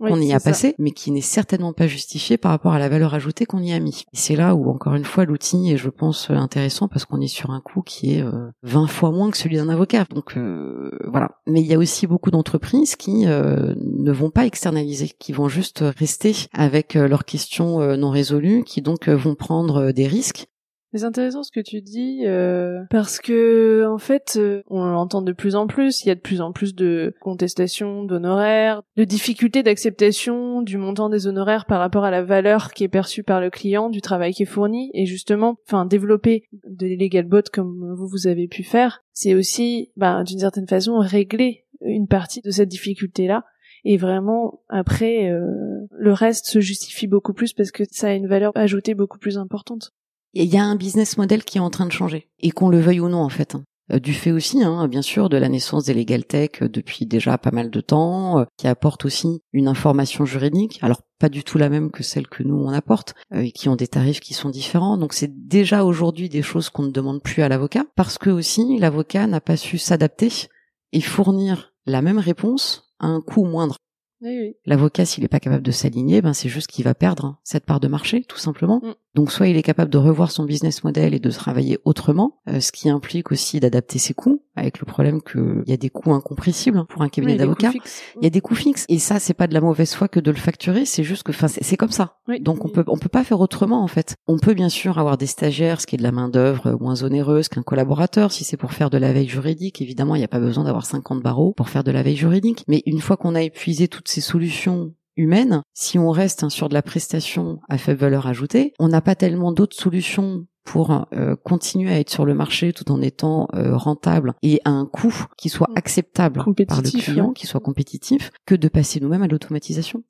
qu'on y a passé, mais qui n'est certainement pas justifié par rapport à la valeur ajoutée qu'on y a mis. Et c'est là où, encore une fois, l'outil est, je pense, intéressant parce qu'on est sur un coût qui est 20 fois moins que celui d'un avocat. Donc voilà. Mais il y a aussi beaucoup d'entreprises qui ne vont pas externaliser, qui vont juste rester avec leurs questions non résolues, qui donc vont prendre des risques. C'est intéressant ce que tu dis, parce que en fait, on l'entend de plus en plus, il y a de plus en plus de contestations d'honoraires, de difficultés d'acceptation du montant des honoraires par rapport à la valeur qui est perçue par le client, du travail qui est fourni, et justement, développer des legal bots comme vous avez pu faire, c'est aussi, d'une certaine façon, régler une partie de cette difficulté-là. Et vraiment, après, le reste se justifie beaucoup plus parce que ça a une valeur ajoutée beaucoup plus importante. Il y a un business model qui est en train de changer, et qu'on le veuille ou non en fait. Du fait aussi, bien sûr, de la naissance des legal tech depuis déjà pas mal de temps, qui apportent aussi une information juridique, alors pas du tout la même que celle que nous on apporte, et qui ont des tarifs qui sont différents. Donc c'est déjà aujourd'hui des choses qu'on ne demande plus à l'avocat, parce que aussi l'avocat n'a pas su s'adapter et fournir la même réponse à un coût moindre. Oui. L'avocat, s'il n'est pas capable de s'aligner, c'est juste qu'il va perdre cette part de marché, tout simplement. Donc soit il est capable de revoir son business model et de travailler autrement, ce qui implique aussi d'adapter ses coûts, avec le problème qu'il y a des coûts incompressibles pour un cabinet d'avocats. Il y a des coûts fixes. Et ça, c'est pas de la mauvaise foi que de le facturer, c'est juste que, c'est comme ça. Oui. Donc on peut pas faire autrement, en fait. On peut bien sûr avoir des stagiaires, ce qui est de la main-d'œuvre moins onéreuse qu'un collaborateur. Si c'est pour faire de la veille juridique, évidemment, il n'y a pas besoin d'avoir 50 barreaux pour faire de la veille juridique. Mais une fois qu'on a épuisé toutes ces solutions humaines, si on reste sur de la prestation à faible valeur ajoutée, on n'a pas tellement d'autres solutions pour continuer à être sur le marché tout en étant rentable et à un coût qui soit acceptable par le client, qui soit compétitif, que de passer nous-mêmes à l'automatisation.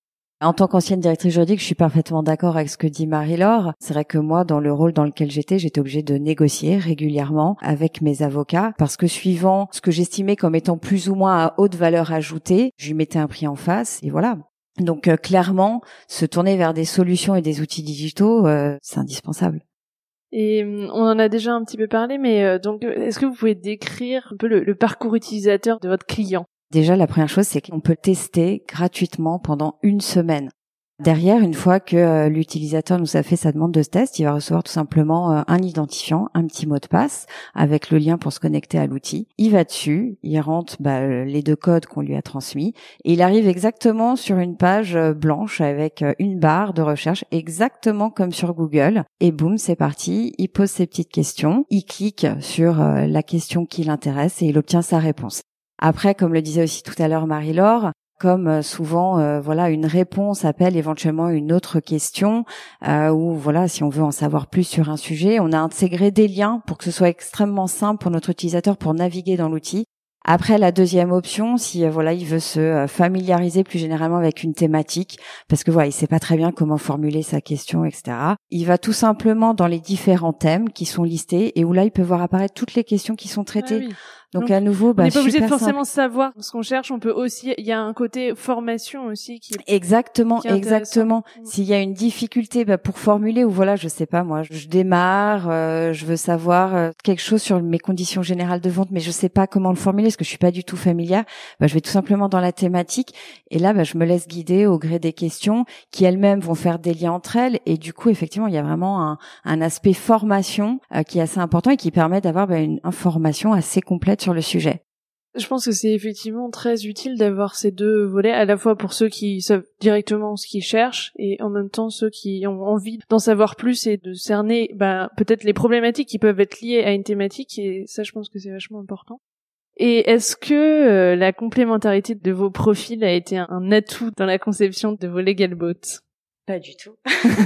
En tant qu'ancienne directrice juridique, je suis parfaitement d'accord avec ce que dit Marie-Laure. C'est vrai que moi, dans le rôle dans lequel j'étais obligée de négocier régulièrement avec mes avocats parce que suivant ce que j'estimais comme étant plus ou moins à haute valeur ajoutée, je lui mettais un prix en face et voilà. Donc clairement, se tourner vers des solutions et des outils digitaux, c'est indispensable. Et on en a déjà un petit peu parlé, mais donc est-ce que vous pouvez décrire un peu le parcours utilisateur de votre client ? Déjà, la première chose, c'est qu'on peut tester gratuitement pendant 1 semaine. Derrière, une fois que l'utilisateur nous a fait sa demande de test, il va recevoir tout simplement un identifiant, un petit mot de passe avec le lien pour se connecter à l'outil. Il va dessus, il rentre les 2 codes qu'on lui a transmis et il arrive exactement sur une page blanche avec une barre de recherche exactement comme sur Google. Et boum, c'est parti, il pose ses petites questions, il clique sur la question qui l'intéresse et il obtient sa réponse. Après, comme le disait aussi tout à l'heure Marie-Laure, comme souvent, une réponse appelle éventuellement une autre question, ou si on veut en savoir plus sur un sujet, on a intégré des liens pour que ce soit extrêmement simple pour notre utilisateur pour naviguer dans l'outil. Après, la deuxième option, si il veut se familiariser plus généralement avec une thématique, parce que il sait pas très bien comment formuler sa question, etc. Il va tout simplement dans les différents thèmes qui sont listés et où là il peut voir apparaître toutes les questions qui sont traitées. Ah oui. Donc à nouveau, on n'est pas obligé de forcément simple. savoir ce qu'on cherche. On peut aussi, il y a un côté formation aussi qui est exactement. Qui S'il y a une difficulté pour formuler ou je sais pas moi, je démarre, je veux savoir quelque chose sur mes conditions générales de vente, mais je sais pas comment le formuler parce que je suis pas du tout familière. Je vais tout simplement dans la thématique et là je me laisse guider au gré des questions qui elles-mêmes vont faire des liens entre elles et du coup effectivement il y a vraiment un aspect formation qui est assez important et qui permet d'avoir une information assez complète sur le sujet. Je pense que c'est effectivement très utile d'avoir ces 2 volets, à la fois pour ceux qui savent directement ce qu'ils cherchent et en même temps ceux qui ont envie d'en savoir plus et de cerner peut-être les problématiques qui peuvent être liées à une thématique, et ça je pense que c'est vachement important. Et est-ce que la complémentarité de vos profils a été un atout dans la conception de vos legal bots ? Pas du tout.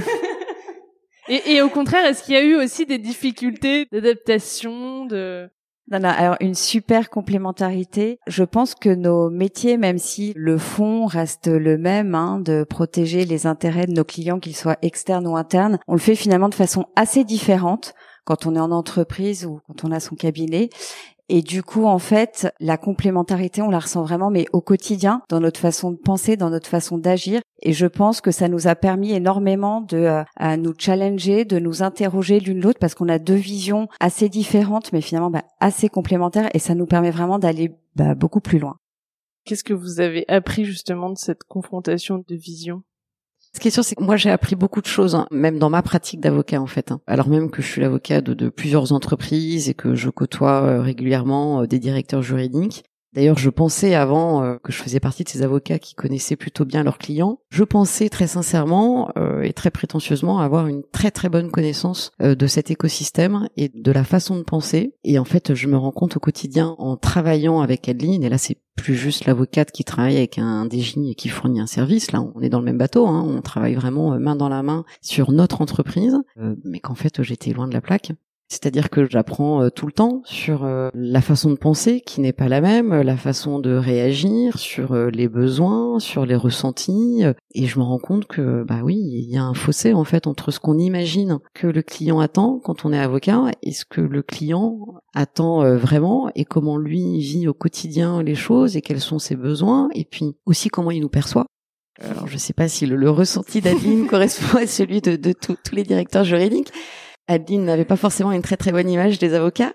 et au contraire, est-ce qu'il y a eu aussi des difficultés d'adaptation Non, alors une super complémentarité. Je pense que nos métiers, même si le fond reste le même, de protéger les intérêts de nos clients, qu'ils soient externes ou internes, on le fait finalement de façon assez différente quand on est en entreprise ou quand on a son cabinet. Et du coup, en fait, la complémentarité, on la ressent vraiment, mais au quotidien, dans notre façon de penser, dans notre façon d'agir. Et je pense que ça nous a permis énormément de nous challenger, de nous interroger l'une l'autre, parce qu'on a 2 visions assez différentes, mais finalement assez complémentaires, et ça nous permet vraiment d'aller beaucoup plus loin. Qu'est-ce que vous avez appris justement de cette confrontation de vision? Ce qui est sûr, c'est que moi, j'ai appris beaucoup de choses, même dans ma pratique d'avocat, en fait. Alors même que je suis l'avocat de plusieurs entreprises et que je côtoie régulièrement des directeurs juridiques. D'ailleurs, je pensais avant que je faisais partie de ces avocats qui connaissaient plutôt bien leurs clients. Je pensais très sincèrement et très prétentieusement avoir une très très bonne connaissance de cet écosystème et de la façon de penser. Et en fait, je me rends compte au quotidien en travaillant avec Adeline, et là c'est plus juste l'avocate qui travaille avec un DJ et qui fournit un service. Là, on est dans le même bateau, on travaille vraiment main dans la main sur notre entreprise, mais qu'en fait, j'étais loin de la plaque. C'est-à-dire que j'apprends tout le temps sur la façon de penser qui n'est pas la même, la façon de réagir, sur les besoins, sur les ressentis, et je me rends compte que bah oui, il y a un fossé en fait entre ce qu'on imagine que le client attend quand on est avocat et ce que le client attend vraiment, et comment lui vit au quotidien les choses et quels sont ses besoins, et puis aussi comment il nous perçoit. Alors je sais pas si le ressenti d'Adeline correspond à celui de tous les directeurs juridiques. Adeline n'avait pas forcément une très très bonne image des avocats.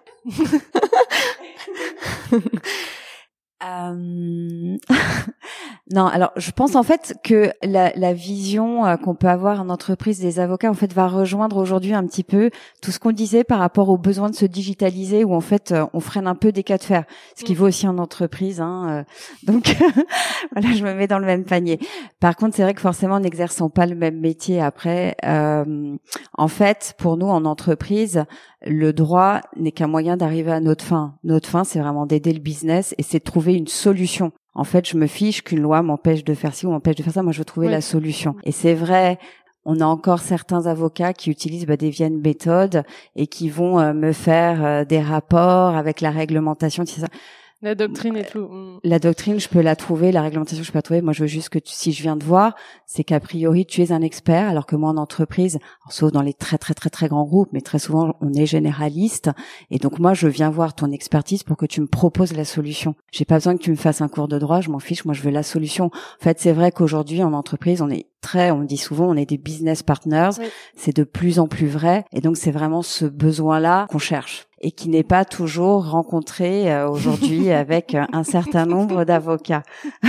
Non, alors je pense en fait que la vision qu'on peut avoir en entreprise des avocats en fait va rejoindre aujourd'hui un petit peu tout ce qu'on disait par rapport au besoin de se digitaliser, où en fait on freine un peu des cas de fer, ce qui vaut aussi en entreprise, donc voilà, je me mets dans le même panier. Par contre, c'est vrai que forcément en n'exerçant pas le même métier après, en fait pour nous en entreprise, le droit n'est qu'un moyen d'arriver à notre fin. Notre fin, c'est vraiment d'aider le business et c'est de trouver une solution. En fait, je me fiche qu'une loi m'empêche de faire ci ou m'empêche de faire ça. Moi, je veux trouver la solution. Et c'est vrai, on a encore certains avocats qui utilisent des vieilles méthodes et qui vont me faire des rapports avec la réglementation, c'est ça. La doctrine et tout. La doctrine, je peux la trouver, la réglementation, je peux la trouver. Moi, je veux juste que si je viens te voir, c'est qu'a priori, tu es un expert, alors que moi, en entreprise, alors, sauf dans les très, très, très, très grands groupes, mais très souvent, on est généraliste. Et donc, moi, je viens voir ton expertise pour que tu me proposes la solution. J'ai pas besoin que tu me fasses un cours de droit, je m'en fiche. Moi, je veux la solution. En fait, c'est vrai qu'aujourd'hui, en entreprise, on me dit souvent, on est des business partners. Oui. C'est de plus en plus vrai. Et donc, c'est vraiment ce besoin-là qu'on cherche, et qui n'est pas toujours rencontré aujourd'hui avec un certain nombre d'avocats.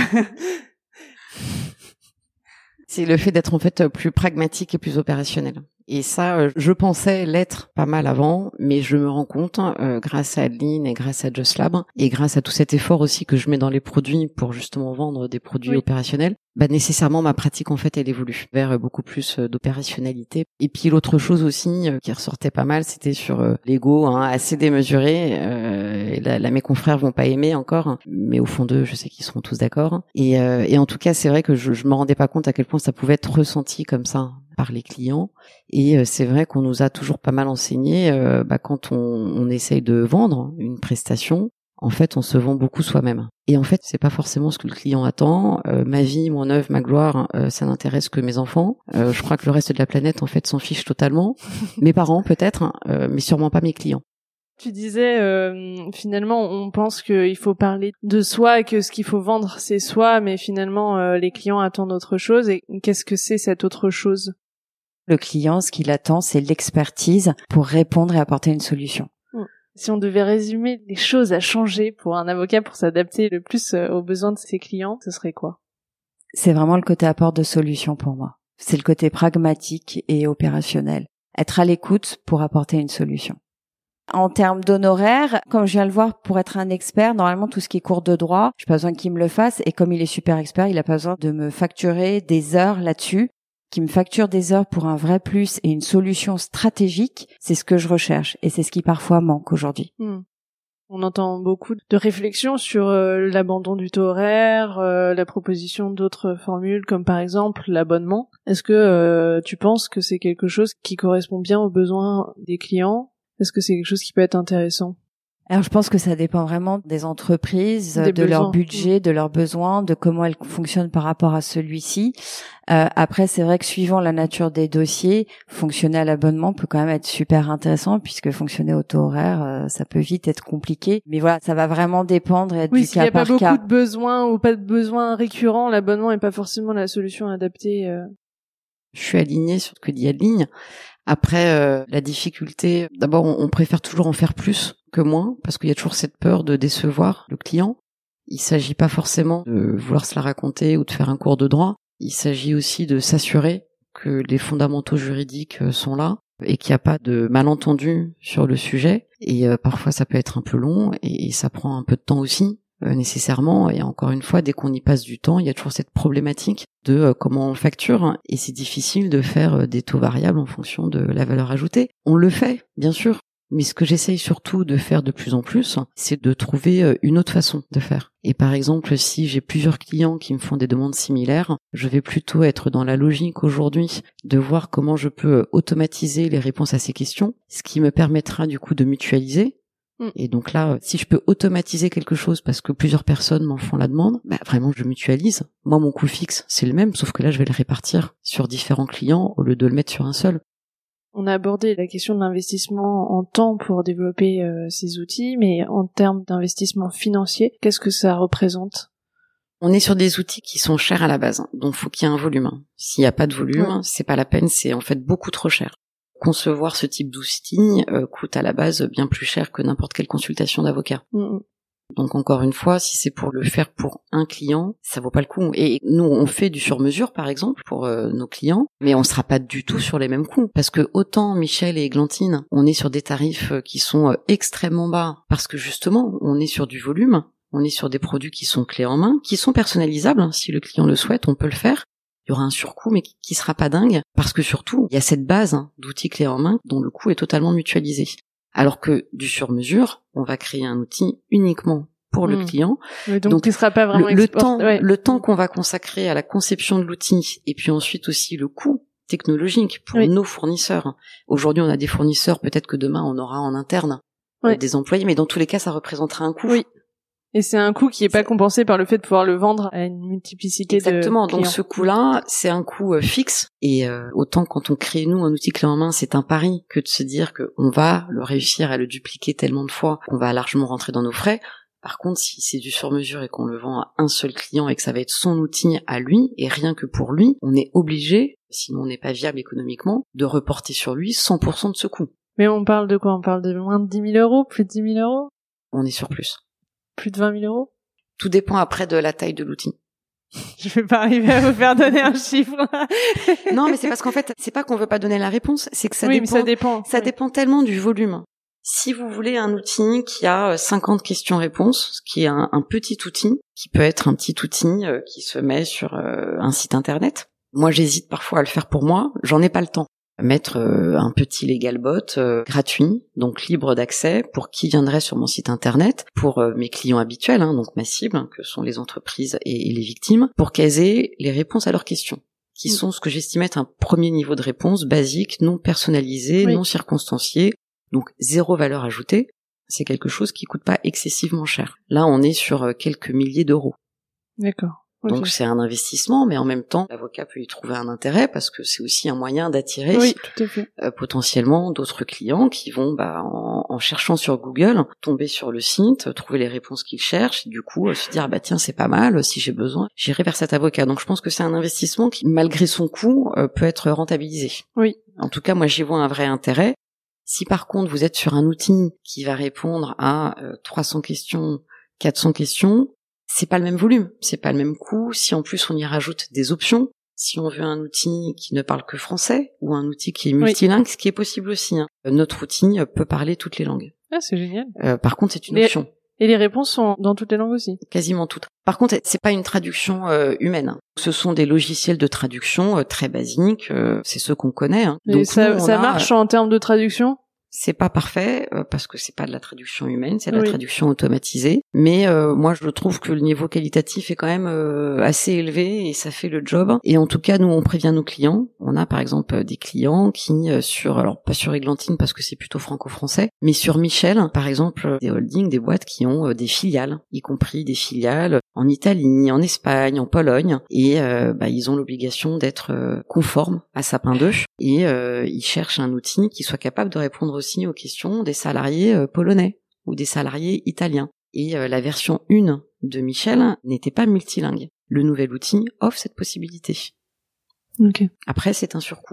C'est le fait d'être en fait plus pragmatique et plus opérationnel. Et ça, je pensais l'être pas mal avant, mais je me rends compte, grâce à Adeline et grâce à JustLab, et grâce à tout cet effort aussi que je mets dans les produits pour justement vendre des produits opérationnels, nécessairement ma pratique en fait elle évolue vers beaucoup plus d'opérationnalité. Et puis l'autre chose aussi qui ressortait pas mal, c'était sur l'ego assez démesuré. Et là mes confrères vont pas aimer encore, mais au fond d'eux je sais qu'ils seront tous d'accord. Et en tout cas c'est vrai que je me rendais pas compte à quel point ça pouvait être ressenti comme ça par les clients. Et c'est vrai qu'on nous a toujours pas mal enseigné quand on essaye de vendre une prestation, en fait, on se vend beaucoup soi-même. Et en fait, c'est pas forcément ce que le client attend. Ma vie, mon œuvre, ma gloire, ça n'intéresse que mes enfants. Je crois que le reste de la planète, en fait, s'en fiche totalement. Mes parents, peut-être, mais sûrement pas mes clients. Tu disais, finalement, on pense qu'il faut parler de soi et que ce qu'il faut vendre, c'est soi, mais finalement, les clients attendent autre chose. Et qu'est-ce que c'est cette autre chose ? Le client, ce qu'il attend, c'est l'expertise pour répondre et apporter une solution. Si on devait résumer les choses à changer pour un avocat pour s'adapter le plus aux besoins de ses clients, ce serait quoi ? C'est vraiment le côté apport de solution pour moi. C'est le côté pragmatique et opérationnel. Être à l'écoute pour apporter une solution. En termes d'honoraires, comme je viens le voir, pour être un expert, normalement tout ce qui est cours de droit, j'ai pas besoin qu'il me le fasse, et comme il est super expert, il a pas besoin de me facturer des heures là-dessus. Qui me facture des heures pour un vrai plus et une solution stratégique, c'est ce que je recherche et c'est ce qui parfois manque aujourd'hui. On entend beaucoup de réflexions sur l'abandon du taux horaire, la proposition d'autres formules comme par exemple l'abonnement. Est-ce que tu penses que c'est quelque chose qui correspond bien aux besoins des clients ? Est-ce que c'est quelque chose qui peut être intéressant ? Alors je pense que ça dépend vraiment des entreprises, de leur budget, de leurs besoins, de comment elles fonctionnent par rapport à celui-ci. Après, c'est vrai que suivant la nature des dossiers, fonctionner à l'abonnement peut quand même être super intéressant, puisque fonctionner au taux horaire, ça peut vite être compliqué. Mais voilà, ça va vraiment dépendre et être du cas par cas. Oui, s'il n'y a pas beaucoup de besoins ou pas de besoins récurrents, l'abonnement n'est pas forcément la solution adaptée. Je suis alignée sur ce que dit Adeline. Après, la difficulté, d'abord, on préfère toujours en faire plus que moins, parce qu'il y a toujours cette peur de décevoir le client. Il s'agit pas forcément de vouloir se la raconter ou de faire un cours de droit. Il s'agit aussi de s'assurer que les fondamentaux juridiques sont là et qu'il n'y a pas de malentendu sur le sujet. Et parfois ça peut être un peu long et ça prend un peu de temps aussi, nécessairement. Et encore une fois, dès qu'on y passe du temps, il y a toujours cette problématique de comment on facture. Et c'est difficile de faire des taux variables en fonction de la valeur ajoutée. On le fait, bien sûr. Mais ce que j'essaye surtout de faire de plus en plus, c'est de trouver une autre façon de faire. Et par exemple, si j'ai plusieurs clients qui me font des demandes similaires, je vais plutôt être dans la logique aujourd'hui de voir comment je peux automatiser les réponses à ces questions, ce qui me permettra du coup de mutualiser. Et donc là, si je peux automatiser quelque chose parce que plusieurs personnes m'en font la demande, vraiment je mutualise. Moi, mon coût fixe, c'est le même, sauf que là, je vais le répartir sur différents clients au lieu de le mettre sur un seul. On a abordé la question de l'investissement en temps pour développer ces outils, mais en termes d'investissement financier, qu'est-ce que ça représente ? On est sur des outils qui sont chers à la base, donc faut qu'il y ait un volume. S'il n'y a pas de volume, c'est pas la peine, c'est en fait beaucoup trop cher. Concevoir ce type d'outil coûte à la base bien plus cher que n'importe quelle consultation d'avocat. Donc encore une fois, si c'est pour le faire pour un client, ça vaut pas le coup. Et nous, on fait du sur-mesure, par exemple, pour nos clients, mais on sera pas du tout sur les mêmes coûts. Parce que autant Michel et Églantine, on est sur des tarifs qui sont extrêmement bas, parce que justement, on est sur du volume, on est sur des produits qui sont clés en main, qui sont personnalisables. Si le client le souhaite, on peut le faire. Il y aura un surcoût, mais qui sera pas dingue, parce que surtout, il y a cette base d'outils clés en main dont le coût est totalement mutualisé. Alors que du sur-mesure, on va créer un outil uniquement pour le client. Oui, donc qui sera pas vraiment le temps qu'on va consacrer à la conception de l'outil et puis ensuite aussi le coût technologique pour nos fournisseurs. Aujourd'hui, on a des fournisseurs, peut-être que demain on aura en interne des employés, mais dans tous les cas, ça représentera un coût. Oui. Et c'est un coût qui est pas compensé par le fait de pouvoir le vendre à une multiplicité de clients. Exactement. Donc ce coût-là, c'est un coût fixe. Et autant quand on crée nous un outil clé en main, c'est un pari que de se dire qu'on va le réussir à le dupliquer tellement de fois qu'on va largement rentrer dans nos frais. Par contre, si c'est du sur-mesure et qu'on le vend à un seul client et que ça va être son outil à lui et rien que pour lui, on est obligé, sinon on n'est pas viable économiquement, de reporter sur lui 100% de ce coût. Mais on parle de quoi ? On parle de moins de 10 000 euros, plus de 10 000 euros ? On est sur plus. Plus de 20 000 euros ? Tout dépend après de la taille de l'outil. Je vais pas arriver à vous faire donner un chiffre. Non, mais c'est parce qu'en fait, c'est pas qu'on veut pas donner la réponse, c'est que ça dépend. Mais ça dépend. Ça dépend tellement du volume. Si vous voulez un outil qui a 50 questions-réponses, ce qui est un petit outil, qui peut être un petit outil qui se met sur un site internet. Moi, j'hésite parfois à le faire pour moi, j'en ai pas le temps. Mettre un petit legal bot gratuit, donc libre d'accès pour qui viendrait sur mon site internet, pour mes clients habituels, donc ma cible, que sont les entreprises et les victimes, pour qu'elles aient les réponses à leurs questions, qui sont ce que j'estime être un premier niveau de réponse basique, non personnalisé, non circonstancié, donc zéro valeur ajoutée. C'est quelque chose qui coûte pas excessivement cher. Là, on est sur quelques milliers d'euros. D'accord. Donc c'est un investissement, mais en même temps, l'avocat peut y trouver un intérêt parce que c'est aussi un moyen d'attirer tout à fait. Potentiellement d'autres clients qui vont, en cherchant sur Google, tomber sur le site, trouver les réponses qu'ils cherchent, et du coup se dire tiens c'est pas mal, si j'ai besoin, j'irai vers cet avocat. Donc je pense que c'est un investissement qui, malgré son coût, peut être rentabilisé. Oui. En tout cas, moi j'y vois un vrai intérêt. Si par contre vous êtes sur un outil qui va répondre à 300 questions, 400 questions, c'est pas le même volume, c'est pas le même coût. Si en plus on y rajoute des options, si on veut un outil qui ne parle que français ou un outil qui est multilingue, ce qui est possible aussi. Notre outil peut parler toutes les langues. Ah, c'est génial. Par contre, c'est une option. Et les réponses sont dans toutes les langues aussi. Quasiment toutes. Par contre, c'est pas une traduction humaine. Ce sont des logiciels de traduction très basiques. C'est ceux qu'on connaît. Donc ça marche en termes de traduction ? C'est pas parfait parce que c'est pas de la traduction humaine, c'est de la traduction automatisée. Mais moi, je trouve que le niveau qualitatif est quand même assez élevé et ça fait le job. Et en tout cas, nous, on prévient nos clients. On a par exemple des clients qui alors pas sur Églantine parce que c'est plutôt franco-français, mais sur Michel, par exemple, des holdings, des boîtes qui ont des filiales, y compris des filiales en Italie, en Espagne, en Pologne, et ils ont l'obligation d'être conformes à Sapin 2 et ils cherchent un outil qui soit capable de répondre aussi aux questions des salariés polonais ou des salariés italiens. Et la version 1 de Michel n'était pas multilingue. Le nouvel outil offre cette possibilité. Okay. Après, c'est un surcoût.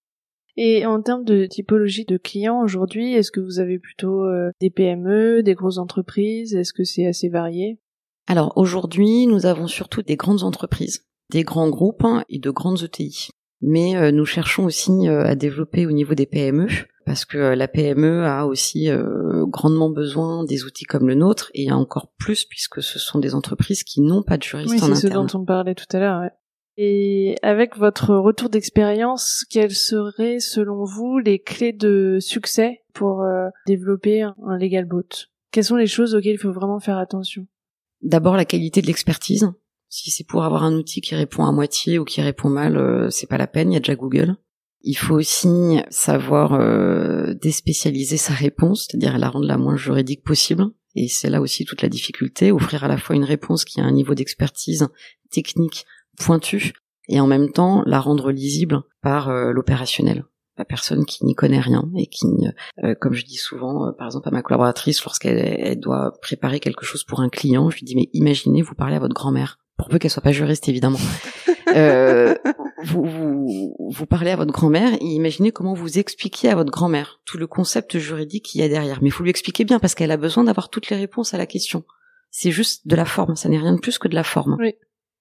Et en termes de typologie de clients aujourd'hui, est-ce que vous avez plutôt des PME, des grosses entreprises ? Est-ce que c'est assez varié ? Alors aujourd'hui, nous avons surtout des grandes entreprises, des grands groupes et de grandes ETI. Mais nous cherchons aussi à développer au niveau des PME, parce que la PME a aussi grandement besoin des outils comme le nôtre, et encore plus puisque ce sont des entreprises qui n'ont pas de juriste en interne. Oui, c'est ce dont on parlait tout à l'heure, ouais. Et avec votre retour d'expérience, quelles seraient selon vous les clés de succès pour développer un legal bot? Quelles sont les choses auxquelles il faut vraiment faire attention? D'abord la qualité de l'expertise. Si c'est pour avoir un outil qui répond à moitié ou qui répond mal, c'est pas la peine, il y a déjà Google. Il faut aussi savoir déspécialiser sa réponse, c'est-à-dire la rendre la moins juridique possible. Et c'est là aussi toute la difficulté, offrir à la fois une réponse qui a un niveau d'expertise technique pointu et en même temps la rendre lisible par l'opérationnel, la personne qui n'y connaît rien et qui, comme je dis souvent, par exemple à ma collaboratrice, lorsqu'elle doit préparer quelque chose pour un client, je lui dis mais imaginez vous parlez à votre grand-mère. Pour peu qu'elle soit pas juriste, évidemment. Vous parlez à votre grand-mère et imaginez comment vous expliquez à votre grand-mère tout le concept juridique qu'il y a derrière. Mais il faut lui expliquer bien parce qu'elle a besoin d'avoir toutes les réponses à la question. C'est juste de la forme, ça n'est rien de plus que de la forme. Oui.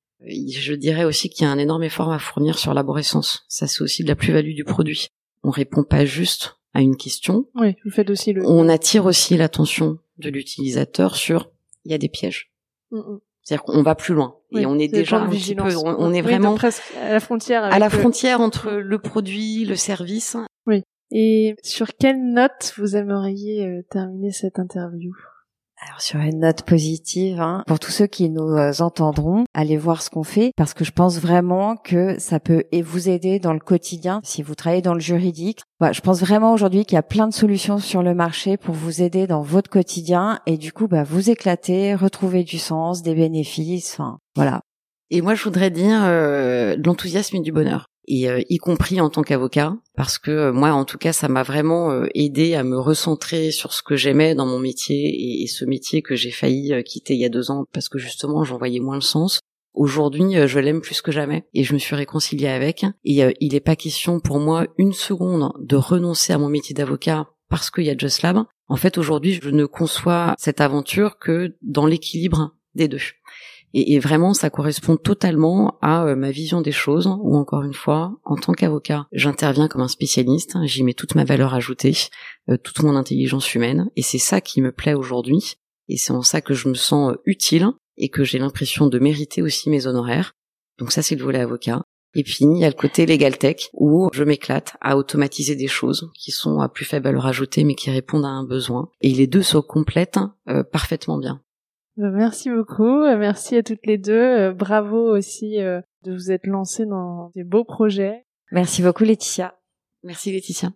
Je dirais aussi qu'il y a un énorme effort à fournir sur l'arborescence. Ça, c'est aussi de la plus-value du produit. On répond pas juste à une question. Oui, vous faites aussi On attire aussi l'attention de l'utilisateur sur il y a des pièges. C'est-à-dire qu'on va plus loin. Oui, et on est déjà un petit peu, on est vraiment presque à la frontière. À la frontière entre le produit, le service. Oui. Et sur quelle note vous aimeriez terminer cette interview? Alors sur une note positive, pour tous ceux qui nous entendront, allez voir ce qu'on fait parce que je pense vraiment que ça peut vous aider dans le quotidien si vous travaillez dans le juridique. Je pense vraiment aujourd'hui qu'il y a plein de solutions sur le marché pour vous aider dans votre quotidien et du coup vous éclater, retrouver du sens, des bénéfices, voilà. Et moi je voudrais dire de l'enthousiasme et du bonheur. Et y compris en tant qu'avocat, parce que moi en tout cas ça m'a vraiment aidé à me recentrer sur ce que j'aimais dans mon métier et ce métier que j'ai failli quitter il y a 2 ans parce que justement j'en voyais moins le sens. Aujourd'hui je l'aime plus que jamais et je me suis réconciliée avec et il n'est pas question pour moi une seconde de renoncer à mon métier d'avocat parce qu'il y a JustLab. En fait aujourd'hui je ne conçois cette aventure que dans l'équilibre des deux. Et vraiment, ça correspond totalement à ma vision des choses, où encore une fois, en tant qu'avocat, j'interviens comme un spécialiste, j'y mets toute ma valeur ajoutée, toute mon intelligence humaine, et c'est ça qui me plaît aujourd'hui, et c'est en ça que je me sens utile, et que j'ai l'impression de mériter aussi mes honoraires. Donc ça, c'est le volet avocat. Et puis, il y a le côté legal tech, où je m'éclate à automatiser des choses qui sont à plus faible valeur ajoutée, mais qui répondent à un besoin. Et les deux se complètent parfaitement bien. Merci beaucoup, merci à toutes les deux, bravo aussi de vous être lancées dans des beaux projets. Merci beaucoup Laetitia. Merci Laetitia.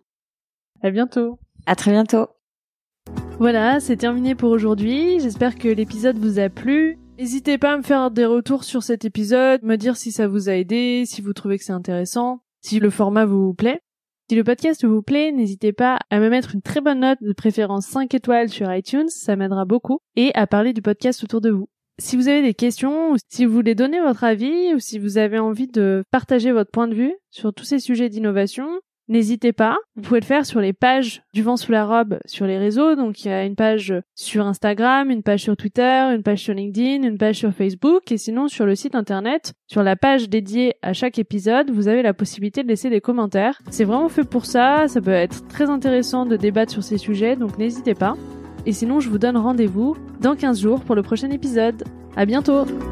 À bientôt. À très bientôt. Voilà, c'est terminé pour aujourd'hui, j'espère que l'épisode vous a plu. N'hésitez pas à me faire des retours sur cet épisode, me dire si ça vous a aidé, si vous trouvez que c'est intéressant, si le format vous plaît. Si le podcast vous plaît, n'hésitez pas à me mettre une très bonne note, de préférence 5 étoiles sur iTunes, ça m'aidera beaucoup, et à parler du podcast autour de vous. Si vous avez des questions, ou si vous voulez donner votre avis, ou si vous avez envie de partager votre point de vue sur tous ces sujets d'innovation, n'hésitez pas. Vous pouvez le faire sur les pages du vent sous la robe sur les réseaux. Donc, il y a une page sur Instagram, une page sur Twitter, une page sur LinkedIn, une page sur Facebook. Et sinon, sur le site internet, sur la page dédiée à chaque épisode, vous avez la possibilité de laisser des commentaires. C'est vraiment fait pour ça. Ça peut être très intéressant de débattre sur ces sujets. Donc, n'hésitez pas. Et sinon, je vous donne rendez-vous dans 15 jours pour le prochain épisode. À bientôt!